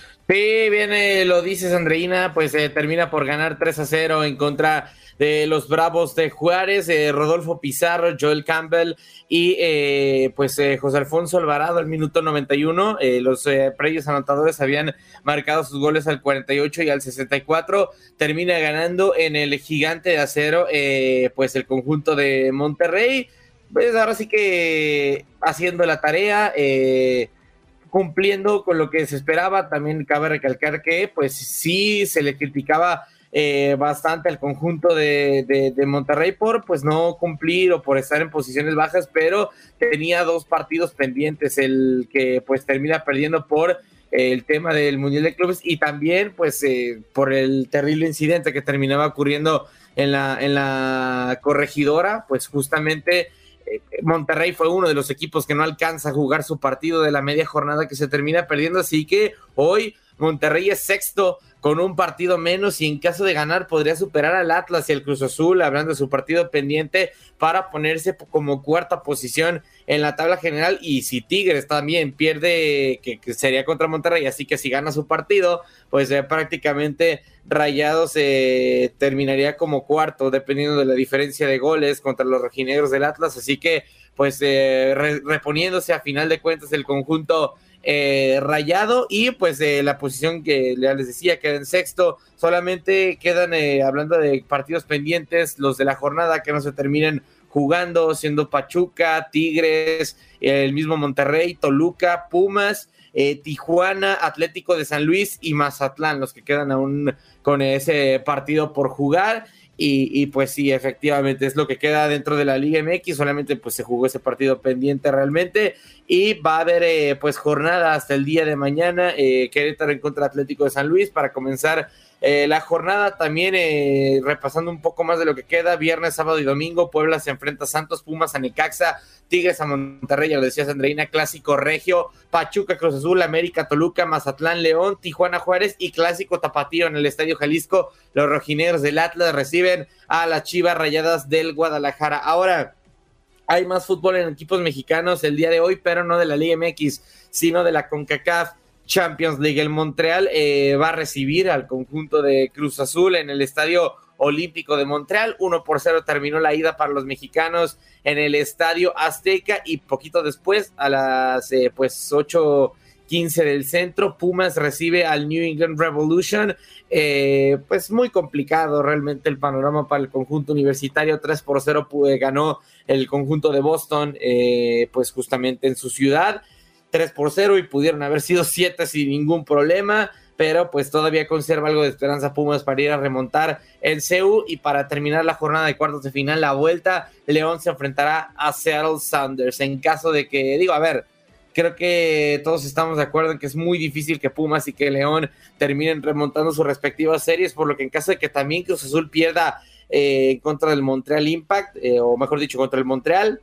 S16: Sí, viene, lo dices, Andreina, pues eh, termina por ganar tres a cero en contra de los Bravos de Juárez, eh, Rodolfo Pizarro, Joel Campbell y eh, pues eh, José Alfonso Alvarado al minuto noventa y uno. Eh, los eh, previos anotadores habían marcado sus goles al cuarenta y ocho y al sesenta y cuatro. Termina ganando en el Gigante de Acero, eh, pues el conjunto de Monterrey. Pues ahora sí que haciendo la tarea, eh, cumpliendo con lo que se esperaba. También cabe recalcar que pues sí se le criticaba Eh, bastante al conjunto de, de, de Monterrey por pues no cumplir o por estar en posiciones bajas, pero tenía dos partidos pendientes, el que pues termina perdiendo por eh, el tema del Mundial de Clubes y también pues eh, por el terrible incidente que terminaba ocurriendo en la, en la Corregidora. Pues justamente eh, Monterrey fue uno de los equipos que no alcanza a jugar su partido de la media jornada que se termina perdiendo, así que hoy Monterrey es sexto con un partido menos y en caso de ganar podría superar al Atlas y al Cruz Azul, hablando de su partido pendiente, para ponerse como cuarta posición en la tabla general. Y si Tigres también pierde, que, que sería contra Monterrey, así que si gana su partido, pues eh, prácticamente Rayados eh, terminaría como cuarto, dependiendo de la diferencia de goles contra los rojinegros del Atlas, así que pues eh, re, reponiéndose a final de cuentas el conjunto Eh, Rayado, y pues eh, la posición que ya les decía queda en sexto. Solamente quedan eh, hablando de partidos pendientes los de la jornada que no se terminen jugando, siendo Pachuca, Tigres, el mismo Monterrey, Toluca, Pumas, eh, Tijuana, Atlético de San Luis y Mazatlán, los que quedan aún con ese partido por jugar. Y, y pues sí, efectivamente es lo que queda dentro de la Liga M X. Solamente pues se jugó ese partido pendiente realmente, y va a haber eh, pues jornada hasta el día de mañana, eh, Querétaro en contra de Atlético de San Luis para comenzar eh, la jornada. También eh, repasando un poco más de lo que queda, viernes, sábado y domingo, Puebla se enfrenta a Santos, Pumas a Necaxa, Tigres a Monterrey, ya lo decías, Andreina, Clásico Regio, Pachuca, Cruz Azul, América, Toluca, Mazatlán, León, Tijuana, Juárez y Clásico Tapatío en el Estadio Jalisco. Los rojineros del Atlas reciben a las Chivas Rayadas del Guadalajara. Ahora, hay más fútbol en equipos mexicanos el día de hoy, pero no de la Liga M X, sino de la CONCACAF Champions League. El Montreal eh, va a recibir al conjunto de Cruz Azul en el Estadio Olímpico de Montreal. Uno por cero terminó la ida para los mexicanos en el Estadio Azteca, y poquito después, a las eh, pues ocho quince del centro, Pumas recibe al New England Revolution. Eh, pues muy complicado realmente el panorama para el conjunto universitario. Tres por cero eh, ganó el conjunto de Boston, eh, pues justamente en su ciudad, tres por cero, y pudieron haber sido siete sin ningún problema, pero pues todavía conserva algo de esperanza Pumas para ir a remontar en C U. Y para terminar la jornada de cuartos de final, la vuelta, León se enfrentará a Seattle Sounders. En caso de que, digo, a ver, creo que todos estamos de acuerdo en que es muy difícil que Pumas y que León terminen remontando sus respectivas series, por lo que en caso de que también Cruz Azul pierda eh, en contra del Montreal Impact, eh, o mejor dicho, contra el Montreal,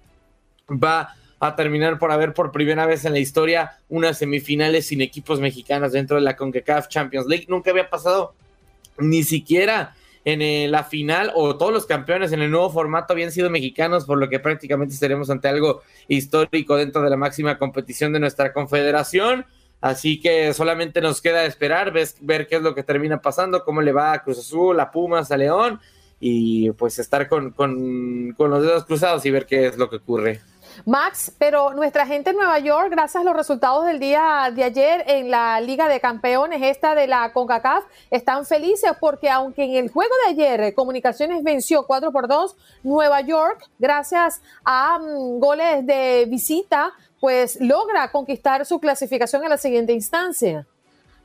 S16: va a terminar por haber por primera vez en la historia unas semifinales sin equipos mexicanos dentro de la CONCACAF Champions League. Nunca había pasado ni siquiera en eh, la final, o todos los campeones en el nuevo formato habían sido mexicanos, por lo que prácticamente estaremos ante algo histórico dentro de la máxima competición de nuestra confederación. Así que solamente nos queda esperar, ves, ver qué es lo que termina pasando, cómo le va a Cruz Azul, a Pumas, a León, y pues estar con, con, con los dedos cruzados y ver qué es lo que ocurre.
S6: Max, pero nuestra gente en Nueva York, gracias a los resultados del día de ayer en la Liga de Campeones, esta de la CONCACAF, están felices porque aunque en el juego de ayer Comunicaciones venció cuatro por dos, Nueva York, gracias a um, goles de visita, pues logra conquistar su clasificación a la siguiente instancia.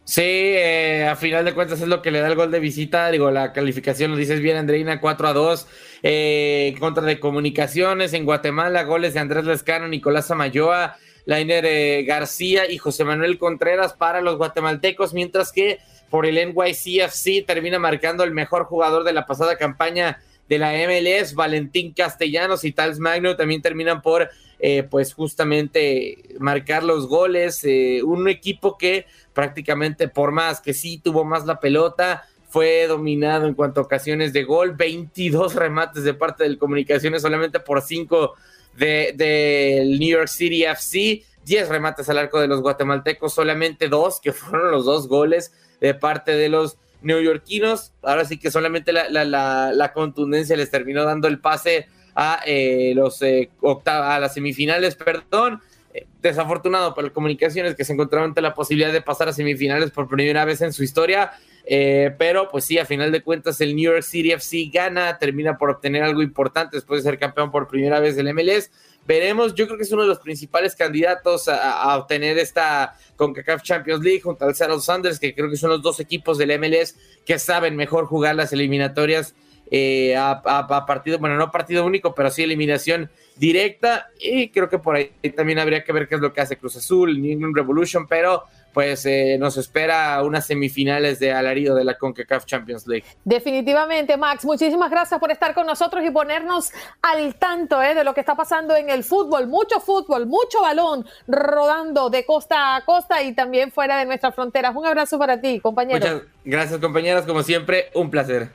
S16: Sí, eh, a final de cuentas es lo que le da el gol de visita. Digo, la calificación lo dices bien, Andreina, cuatro a dos. Eh, en contra de Comunicaciones en Guatemala, goles de Andrés Lescano, Nicolás Amayoa, Lainer eh, García y José Manuel Contreras para los guatemaltecos, mientras que por el N Y C F C termina marcando el mejor jugador de la pasada campaña de la M L S, Valentín Castellanos y Tals Magno también terminan por eh, pues justamente marcar los goles. Eh, un equipo que prácticamente, por más que sí tuvo más la pelota, fue dominado en cuanto a ocasiones de gol, veintidós remates de parte del Comunicaciones, solamente por cinco del de New York City F C, diez remates al arco de los guatemaltecos, solamente dos, que fueron los dos goles de parte de los neoyorquinos. Ahora sí que solamente la, la, la, la contundencia les terminó dando el pase a eh, los eh, octava, a las semifinales, perdón. Eh, desafortunado para el Comunicaciones, que se encontraron ante la posibilidad de pasar a semifinales por primera vez en su historia, eh, pero pues sí, a final de cuentas el New York City F C gana, termina por obtener algo importante después de ser campeón por primera vez del M L S. Veremos, yo creo que es uno de los principales candidatos a, a obtener esta CONCACAF Champions League junto al Seattle Sounders, que creo que son los dos equipos del M L S que saben mejor jugar las eliminatorias eh, a, a, a partido, bueno, no partido único, pero sí eliminación directa, y creo que por ahí también habría que ver qué es lo que hace Cruz Azul, New England Revolution, pero pues eh, nos espera unas semifinales de alarido de la CONCACAF Champions League.
S6: Definitivamente, Max, muchísimas gracias por estar con nosotros y ponernos al tanto eh, de lo que está pasando en el fútbol. Mucho fútbol, mucho balón rodando de costa a costa y también fuera de nuestras fronteras. Un abrazo para ti, compañero.
S16: Muchas gracias, compañeras, como siempre, un placer.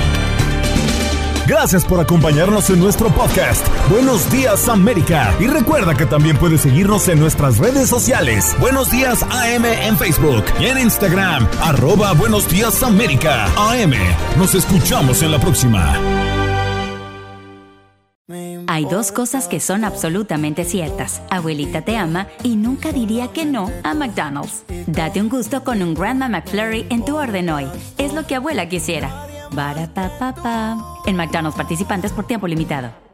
S3: Gracias por acompañarnos en nuestro podcast. Buenos Días América. Y recuerda que también puedes seguirnos en nuestras redes sociales. Buenos Días A M en Facebook y en Instagram. Arroba Buenos Días América. A M. Nos escuchamos en la próxima.
S17: Hay dos cosas que son absolutamente ciertas. Abuelita te ama y nunca diría que no a McDonald's. Date un gusto con un Grandma McFlurry en tu orden hoy. Es lo que abuela quisiera. Ba-da-pa-pa-pa. En McDonald's participantes por tiempo limitado.